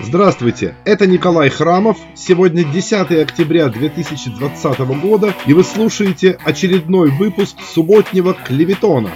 Здравствуйте, это Николай Храмов. Сегодня 10 октября 2020 года, и вы слушаете очередной выпуск субботнего клеветона.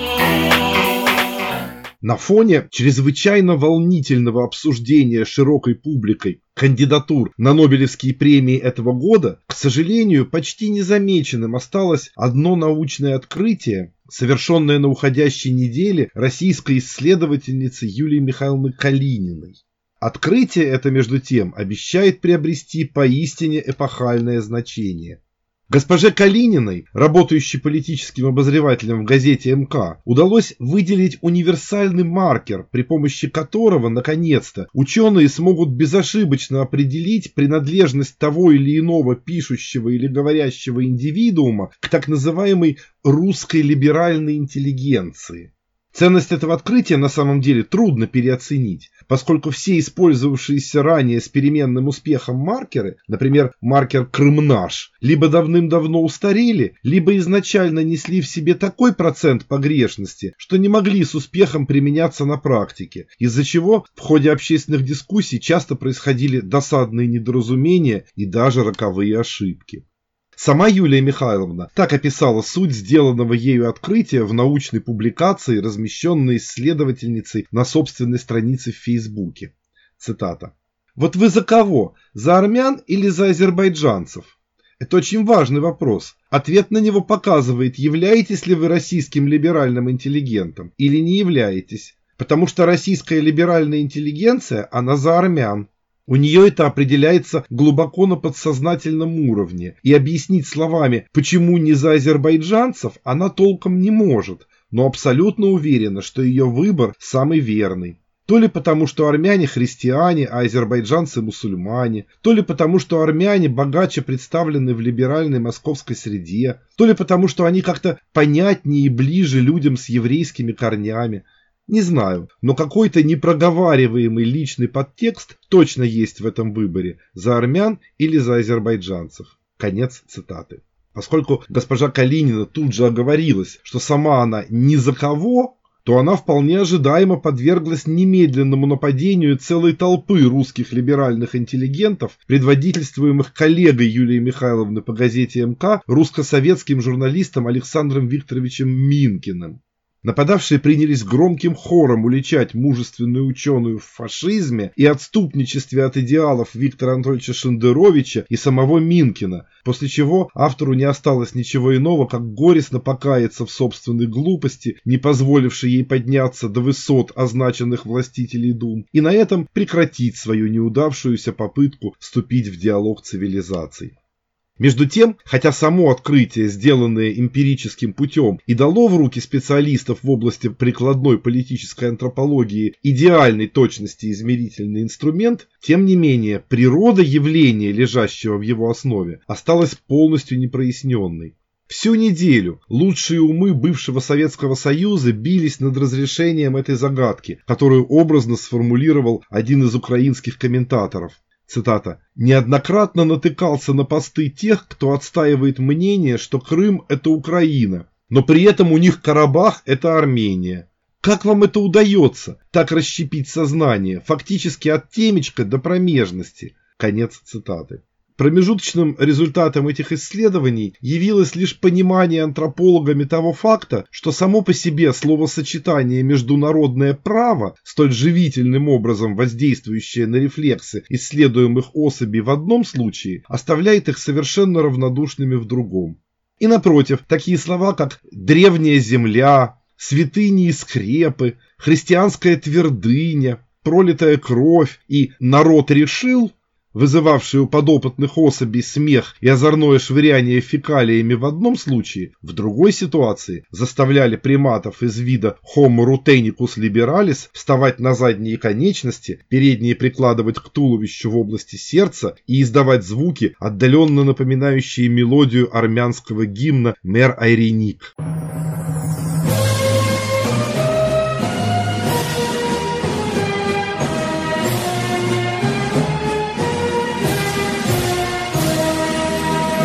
На фоне чрезвычайно волнительного обсуждения широкой публикой кандидатур на Нобелевские премии этого года, к сожалению, почти незамеченным осталось одно научное открытие, совершенное на уходящей неделе российской исследовательницей Юлией Михайловной Калининой. Открытие это, между тем, обещает приобрести поистине эпохальное значение. Госпоже Калининой, работающей политическим обозревателем в газете МК, удалось выделить универсальный маркер, при помощи которого, наконец-то, ученые смогут безошибочно определить принадлежность того или иного пишущего или говорящего индивидуума к так называемой русской либеральной интеллигенции. Ценность этого открытия на самом деле трудно переоценить, поскольку все использовавшиеся ранее с переменным успехом маркеры, например, маркер «Крымнаш», либо давным-давно устарели, либо изначально несли в себе такой процент погрешности, что не могли с успехом применяться на практике, из-за чего в ходе общественных дискуссий часто происходили досадные недоразумения и даже роковые ошибки. Сама Юлия Михайловна так описала суть сделанного ею открытия в научной публикации, размещенной исследовательницей на собственной странице в Фейсбуке. Цитата. «Вот вы за кого? За армян или за азербайджанцев? Это очень важный вопрос. Ответ на него показывает, являетесь ли вы российским либеральным интеллигентом или не являетесь. Потому что российская либеральная интеллигенция, она за армян. У нее это определяется глубоко на подсознательном уровне, и объяснить словами, почему не за азербайджанцев, она толком не может, но абсолютно уверена, что ее выбор самый верный. То ли потому, что армяне христиане, а азербайджанцы мусульмане, то ли потому, что армяне богаче представлены в либеральной московской среде, то ли потому, что они как-то понятнее и ближе людям с еврейскими корнями. Не знаю, но какой-то непроговариваемый личный подтекст точно есть в этом выборе, за армян или за азербайджанцев». Конец цитаты. Поскольку госпожа Калинина тут же оговорилась, что сама она ни за кого, то она вполне ожидаемо подверглась немедленному нападению целой толпы русских либеральных интеллигентов, предводительствуемых коллегой Юлии Михайловны по газете МК, русско-советским журналистом Александром Викторовичем Минкиным. Нападавшие принялись громким хором уличать мужественную ученую в фашизме и отступничестве от идеалов Виктора Анатольевича Шендеровича и самого Минкина, после чего автору не осталось ничего иного, как горестно покаяться в собственной глупости, не позволившей ей подняться до высот означенных властителей дум, и на этом прекратить свою неудавшуюся попытку вступить в диалог цивилизаций. Между тем, хотя само открытие, сделанное эмпирическим путем, и дало в руки специалистов в области прикладной политической антропологии идеальной точности измерительный инструмент, тем не менее природа явления, лежащего в его основе, осталась полностью непроясненной. Всю неделю лучшие умы бывшего Советского Союза бились над разрешением этой загадки, которую образно сформулировал один из украинских комментаторов. Цитата. «Неоднократно натыкался на посты тех, кто отстаивает мнение, что Крым – это Украина, но при этом у них Карабах – это Армения. Как вам это удается, так расщепить сознание, фактически от темечка до промежности?» Конец цитаты. Промежуточным результатом этих исследований явилось лишь понимание антропологами того факта, что само по себе словосочетание «международное право», столь живительным образом воздействующее на рефлексы исследуемых особей в одном случае, оставляет их совершенно равнодушными в другом. И напротив, такие слова, как «древняя земля», «святыни и скрепы», «христианская твердыня», «пролитая кровь» и «народ решил», вызывавшие у подопытных особей смех и озорное швыряние фекалиями в одном случае, в другой ситуации заставляли приматов из вида Homo rutenicus liberalis вставать на задние конечности, передние прикладывать к туловищу в области сердца и издавать звуки, отдаленно напоминающие мелодию армянского гимна «Мер Айреник».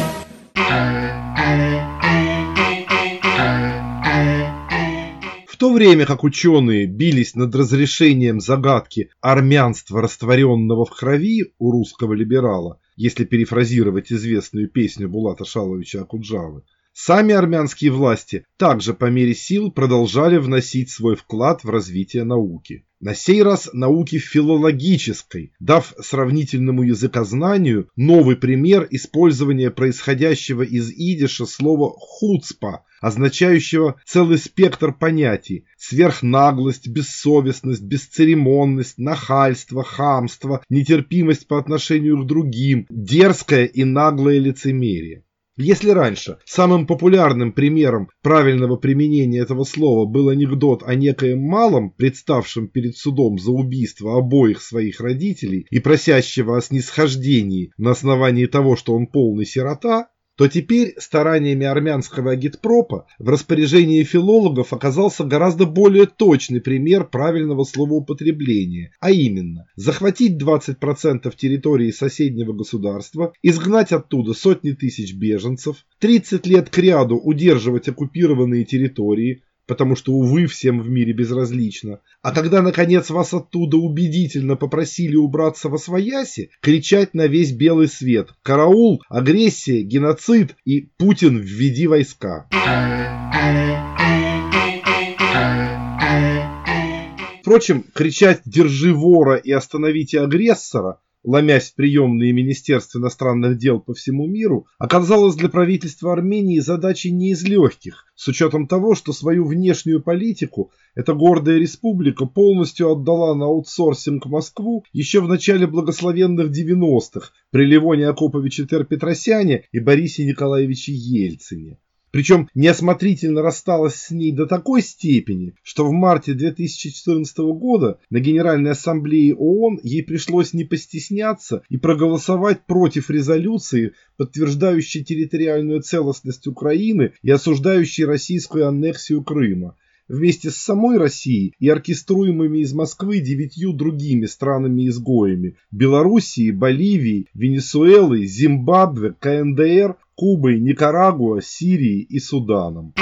В то время как ученые бились над разрешением загадки армянства, растворенного в крови у русского либерала, если перефразировать известную песню Булата Шаловича Окуджавы, сами армянские власти также по мере сил продолжали вносить свой вклад в развитие науки. На сей раз науки филологической, дав сравнительному языкознанию новый пример использования происходящего из идиша слова «хуцпа», означающего целый спектр понятий: сверхнаглость, бессовестность, бесцеремонность, нахальство, хамство, нетерпимость по отношению к другим, дерзкое и наглое лицемерие. Если раньше самым популярным примером правильного применения этого слова был анекдот о некоем малом, представшем перед судом за убийство обоих своих родителей и просящего о снисхождении на основании того, что он полный сирота, то теперь стараниями армянского агитпропа в распоряжении филологов оказался гораздо более точный пример правильного словоупотребления, а именно захватить 20% территории соседнего государства, изгнать оттуда сотни тысяч беженцев, 30 лет кряду удерживать оккупированные территории, потому что, увы, всем в мире безразлично. А когда, наконец, вас оттуда убедительно попросили убраться восвояси, кричать на весь белый свет: «Караул! Агрессия! Геноцид!» и «Путин, введи войска!». Впрочем, кричать «Держи вора и остановите агрессора», ломясь в приемные Министерства иностранных дел по всему миру, оказалось для правительства Армении задачей не из легких, с учетом того, что свою внешнюю политику эта гордая республика полностью отдала на аутсорсинг Москву еще в начале благословенных 90-х при Левоне Акоповиче Тер-Петросяне и Борисе Николаевиче Ельцине. Причем неосмотрительно рассталась с ней до такой степени, что в марте 2014 года на Генеральной Ассамблее ООН ей пришлось не постесняться и проголосовать против резолюции, подтверждающей территориальную целостность Украины и осуждающей российскую аннексию Крыма, вместе с самой Россией и оркеструемыми из Москвы 9 другими странами-изгоями – Белоруссией, Боливией, Венесуэлой, Зимбабве, КНДР, Кубой, Никарагуа, Сирией и Суданом.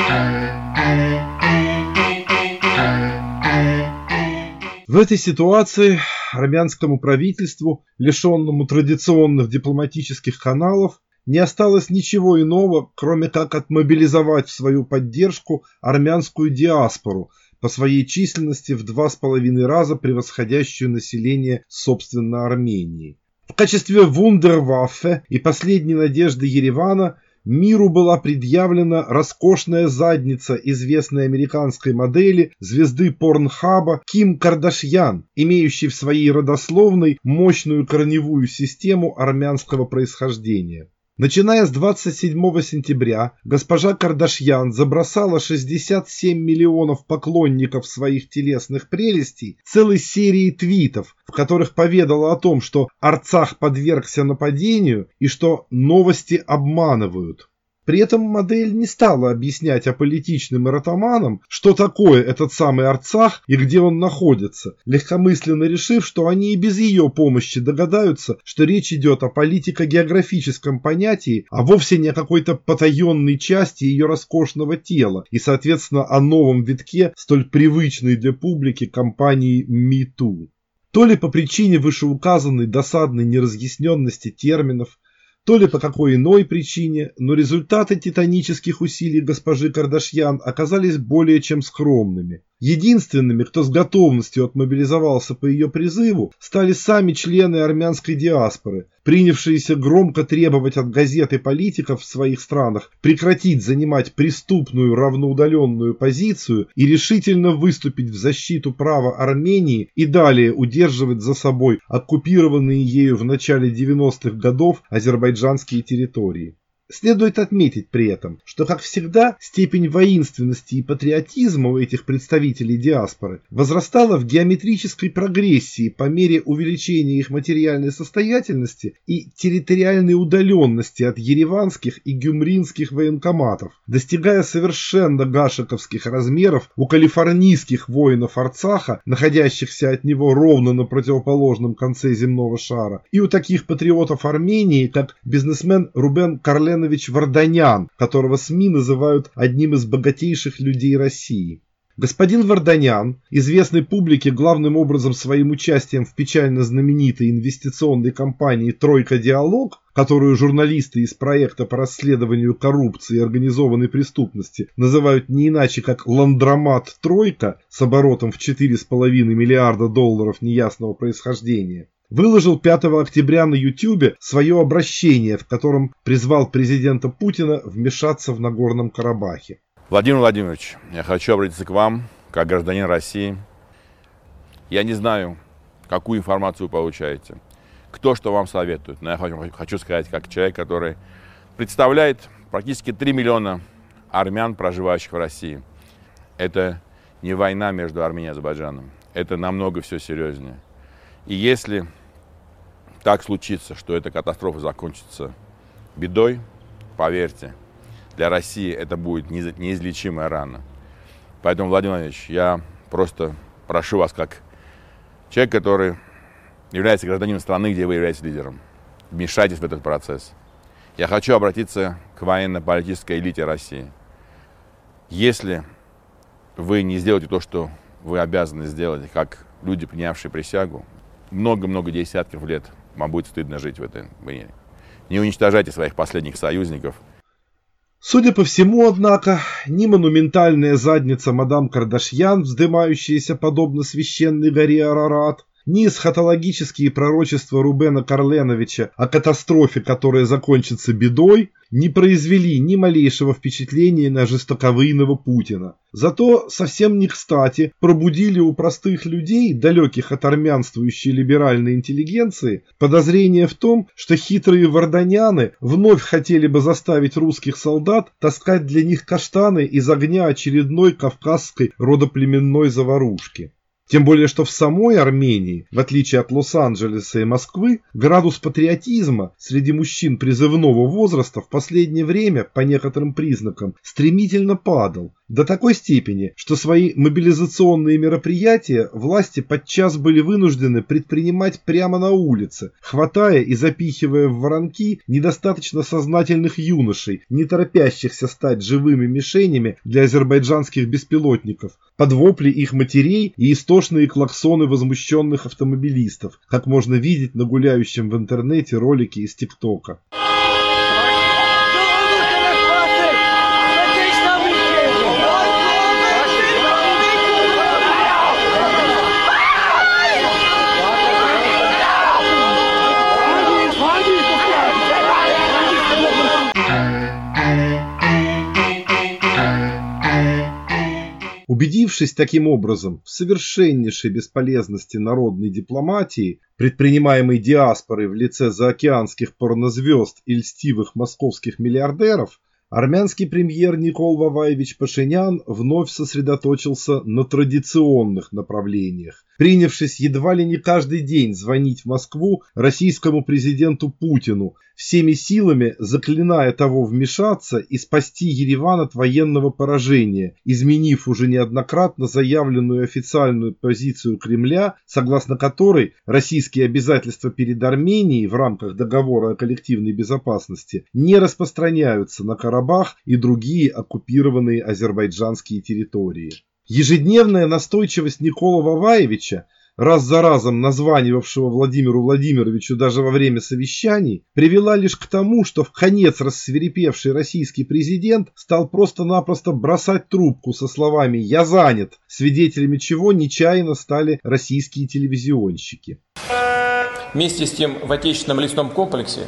В этой ситуации армянскому правительству, лишенному традиционных дипломатических каналов, не осталось ничего иного, кроме как отмобилизовать в свою поддержку армянскую диаспору, по своей численности в 2,5 раза превосходящую население собственно Армении. В качестве вундерваффе и последней надежды Еревана миру была предъявлена роскошная задница известной американской модели звезды порнхаба Ким Кардашьян, имеющей в своей родословной мощную корневую систему армянского происхождения. Начиная с 27 сентября госпожа Кардашьян забросала 67 миллионов поклонников своих телесных прелестей целой серией твитов, в которых поведала о том, что Арцах подвергся нападению и что новости обманывают. При этом модель не стала объяснять аполитичным эротоманам, что такое этот самый Арцах и где он находится, легкомысленно решив, что они и без ее помощи догадаются, что речь идет о политико-географическом понятии, а вовсе не о какой-то потаенной части ее роскошного тела и, соответственно, о новом витке столь привычной для публики кампании MeToo. То ли по причине вышеуказанной досадной неразъясненности терминов, то ли по какой иной причине, но результаты титанических усилий госпожи Кардашьян оказались более чем скромными. Единственными, кто с готовностью отмобилизовался по ее призыву, стали сами члены армянской диаспоры, принявшиеся громко требовать от газет и политиков в своих странах прекратить занимать преступную равноудаленную позицию и решительно выступить в защиту права Армении и далее удерживать за собой оккупированные ею в начале 90-х годов азербайджанские территории. Следует отметить при этом, что, как всегда, степень воинственности и патриотизма у этих представителей диаспоры возрастала в геометрической прогрессии по мере увеличения их материальной состоятельности и территориальной удаленности от ереванских и гюмринских военкоматов, достигая совершенно гашековских размеров у калифорнийских воинов Арцаха, находящихся от него ровно на противоположном конце земного шара, и у таких патриотов Армении, как бизнесмен Рубен Карленович Варданян, которого СМИ называют одним из богатейших людей России. Господин Варданян, известный публике главным образом своим участием в печально знаменитой инвестиционной компании «Тройка Диалог», которую журналисты из проекта по расследованию коррупции и организованной преступности называют не иначе как «Ландромат Тройка» с оборотом в $4,5 миллиарда неясного происхождения, выложил 5 октября на YouTube свое обращение, в котором призвал президента Путина вмешаться в Нагорном Карабахе. Владимир Владимирович, я хочу обратиться к вам, как гражданин России. Я не знаю, какую информацию вы получаете, кто что вам советует, но я хочу сказать, как человек, который представляет практически 3 миллиона армян, проживающих в России. Это не война между Арменией и Азербайджаном, это намного все серьезнее. И если так случится, что эта катастрофа закончится бедой, поверьте, для России это будет неизлечимая рана. Поэтому, Владимир Владимирович, я просто прошу вас, как человек, который является гражданином страны, где вы являетесь лидером, вмешайтесь в этот процесс. Я хочу обратиться к военно-политической элите России. Если вы не сделаете то, что вы обязаны сделать, как люди, принявшие присягу, много-много десятков лет вам будет стыдно жить в этой мире. Не уничтожайте своих последних союзников. Судя по всему, однако, ни монументальная задница мадам Кардашьян, вздымающаяся подобно священной горе Арарат, ни эсхатологические пророчества Рубена Карленовича о катастрофе, которая закончится бедой, не произвели ни малейшего впечатления на жестоковыйного Путина. Зато совсем не кстати пробудили у простых людей, далеких от армянствующей либеральной интеллигенции, подозрение в том, что хитрые варданяны вновь хотели бы заставить русских солдат таскать для них каштаны из огня очередной кавказской родоплеменной заварушки. Тем более, что в самой Армении, в отличие от Лос-Анджелеса и Москвы, градус патриотизма среди мужчин призывного возраста в последнее время, по некоторым признакам, стремительно падал. До такой степени, что свои мобилизационные мероприятия власти подчас были вынуждены предпринимать прямо на улице, хватая и запихивая в воронки недостаточно сознательных юношей, не торопящихся стать живыми мишенями для азербайджанских беспилотников, под вопли их матерей и истошные клаксоны возмущенных автомобилистов, как можно видеть на гуляющем в интернете ролике из ТикТока. Убедившись таким образом в совершеннейшей бесполезности народной дипломатии, предпринимаемой диаспорой в лице заокеанских порнозвезд и льстивых московских миллиардеров, армянский премьер Никол Ваваевич Пашинян вновь сосредоточился на традиционных направлениях, принявшись едва ли не каждый день звонить в Москву российскому президенту Путину, всеми силами заклиная того вмешаться и спасти Ереван от военного поражения, изменив уже неоднократно заявленную официальную позицию Кремля, согласно которой российские обязательства перед Арменией в рамках договора о коллективной безопасности не распространяются на Карабах и другие оккупированные азербайджанские территории. Ежедневная настойчивость Никола Ваваевича, раз за разом названивавшего Владимиру Владимировичу даже во время совещаний, привела лишь к тому, что вконец рассвирепевший российский президент стал просто-напросто бросать трубку со словами «Я занят», свидетелями чего нечаянно стали российские телевизионщики. Вместе с тем в отечественном лесном комплексе...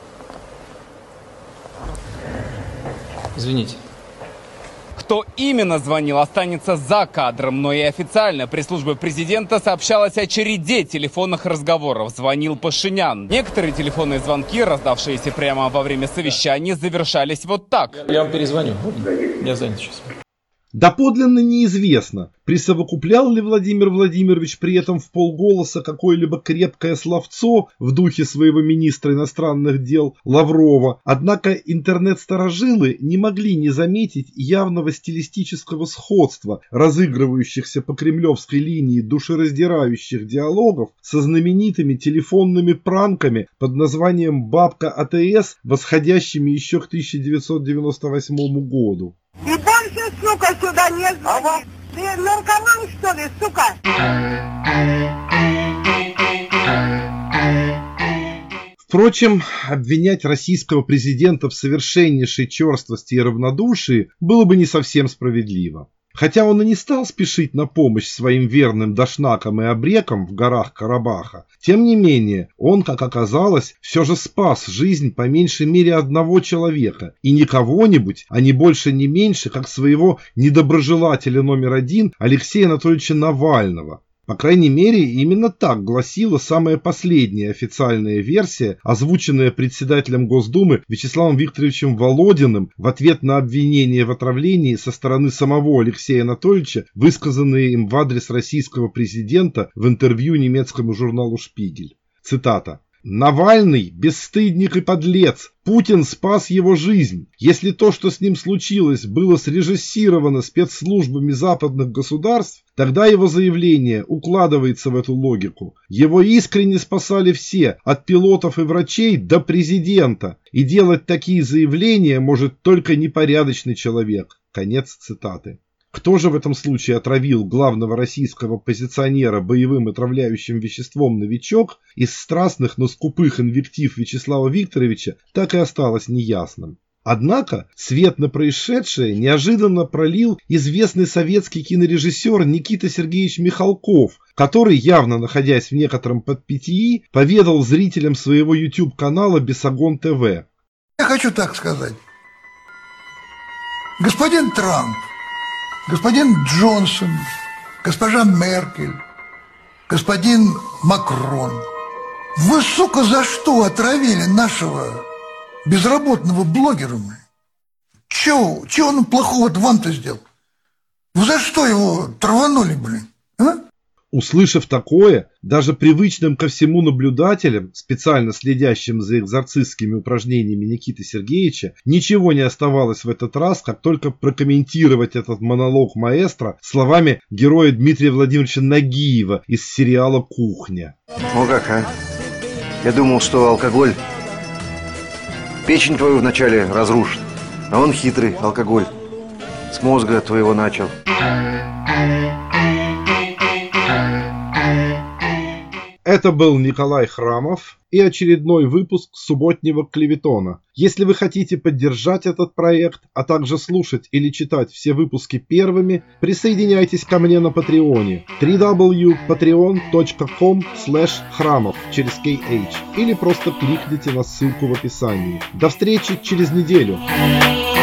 Извините. Кто именно звонил, останется за кадром, но и официально пресс-служба президента сообщалась о череде телефонных разговоров. Звонил Пашинян. Некоторые телефонные звонки, раздавшиеся прямо во время совещания, завершались вот так. Я вам перезвоню. Я занят сейчас. Доподлинно неизвестно, присовокуплял ли Владимир Владимирович при этом вполголоса какое-либо крепкое словцо в духе своего министра иностранных дел Лаврова, однако интернет-старожилы не могли не заметить явного стилистического сходства, разыгрывающихся по кремлевской линии душераздирающих диалогов со знаменитыми телефонными пранками под названием «Бабка АТС», восходящими еще к 1998 году. И больше, сука, сюда не звони. Ты наркоман, что ли, сука? Впрочем, обвинять российского президента в совершеннейшей черствости и равнодушии было бы не совсем справедливо. Хотя он и не стал спешить на помощь своим верным дашнакам и абрекам в горах Карабаха, тем не менее, он, как оказалось, все же спас жизнь по меньшей мере одного человека, и не кого-нибудь, а не больше не меньше, как своего недоброжелателя номер один Алексея Анатольевича Навального. По крайней мере, именно так гласила самая последняя официальная версия, озвученная председателем Госдумы Вячеславом Викторовичем Володиным в ответ на обвинения в отравлении со стороны самого Алексея Анатольевича, высказанные им в адрес российского президента в интервью немецкому журналу «Шпигель». Цитата. «Навальный – бесстыдник и подлец. Путин спас его жизнь. Если то, что с ним случилось, было срежиссировано спецслужбами западных государств, тогда его заявление укладывается в эту логику. Его искренне спасали все, от пилотов и врачей до президента. И делать такие заявления может только непорядочный человек». Конец цитаты. Кто же в этом случае отравил главного российского оппозиционера боевым отравляющим веществом «Новичок», из страстных, но скупых инвектив Вячеслава Викторовича так и осталось неясным. Однако свет на происшедшее неожиданно пролил известный советский кинорежиссер Никита Сергеевич Михалков, который, явно находясь в некотором подпитии, поведал зрителям своего YouTube-канала «Бесогон ТВ». Я хочу так сказать. Господин Трамп, господин Джонсон, госпожа Меркель, господин Макрон, вы, сука, за что отравили нашего безработного блогера? Чего он плохого вам-то сделал? Вы за что его траванули, блин? А? Услышав такое, даже привычным ко всему наблюдателям, специально следящим за экзорцистскими упражнениями Никиты Сергеевича, ничего не оставалось в этот раз, как только прокомментировать этот монолог маэстро словами героя Дмитрия Владимировича Нагиева из сериала «Кухня». Ну как, а? Я думал, что алкоголь печень твою вначале разрушит, а он хитрый, алкоголь. С мозга твоего начал. Это был Николай Храмов и очередной выпуск субботнего клеветона. Если вы хотите поддержать этот проект, а также слушать или читать все выпуски первыми, присоединяйтесь ко мне на Патреоне www.patreon.com/Храмов через KH или просто кликните на ссылку в описании. До встречи через неделю!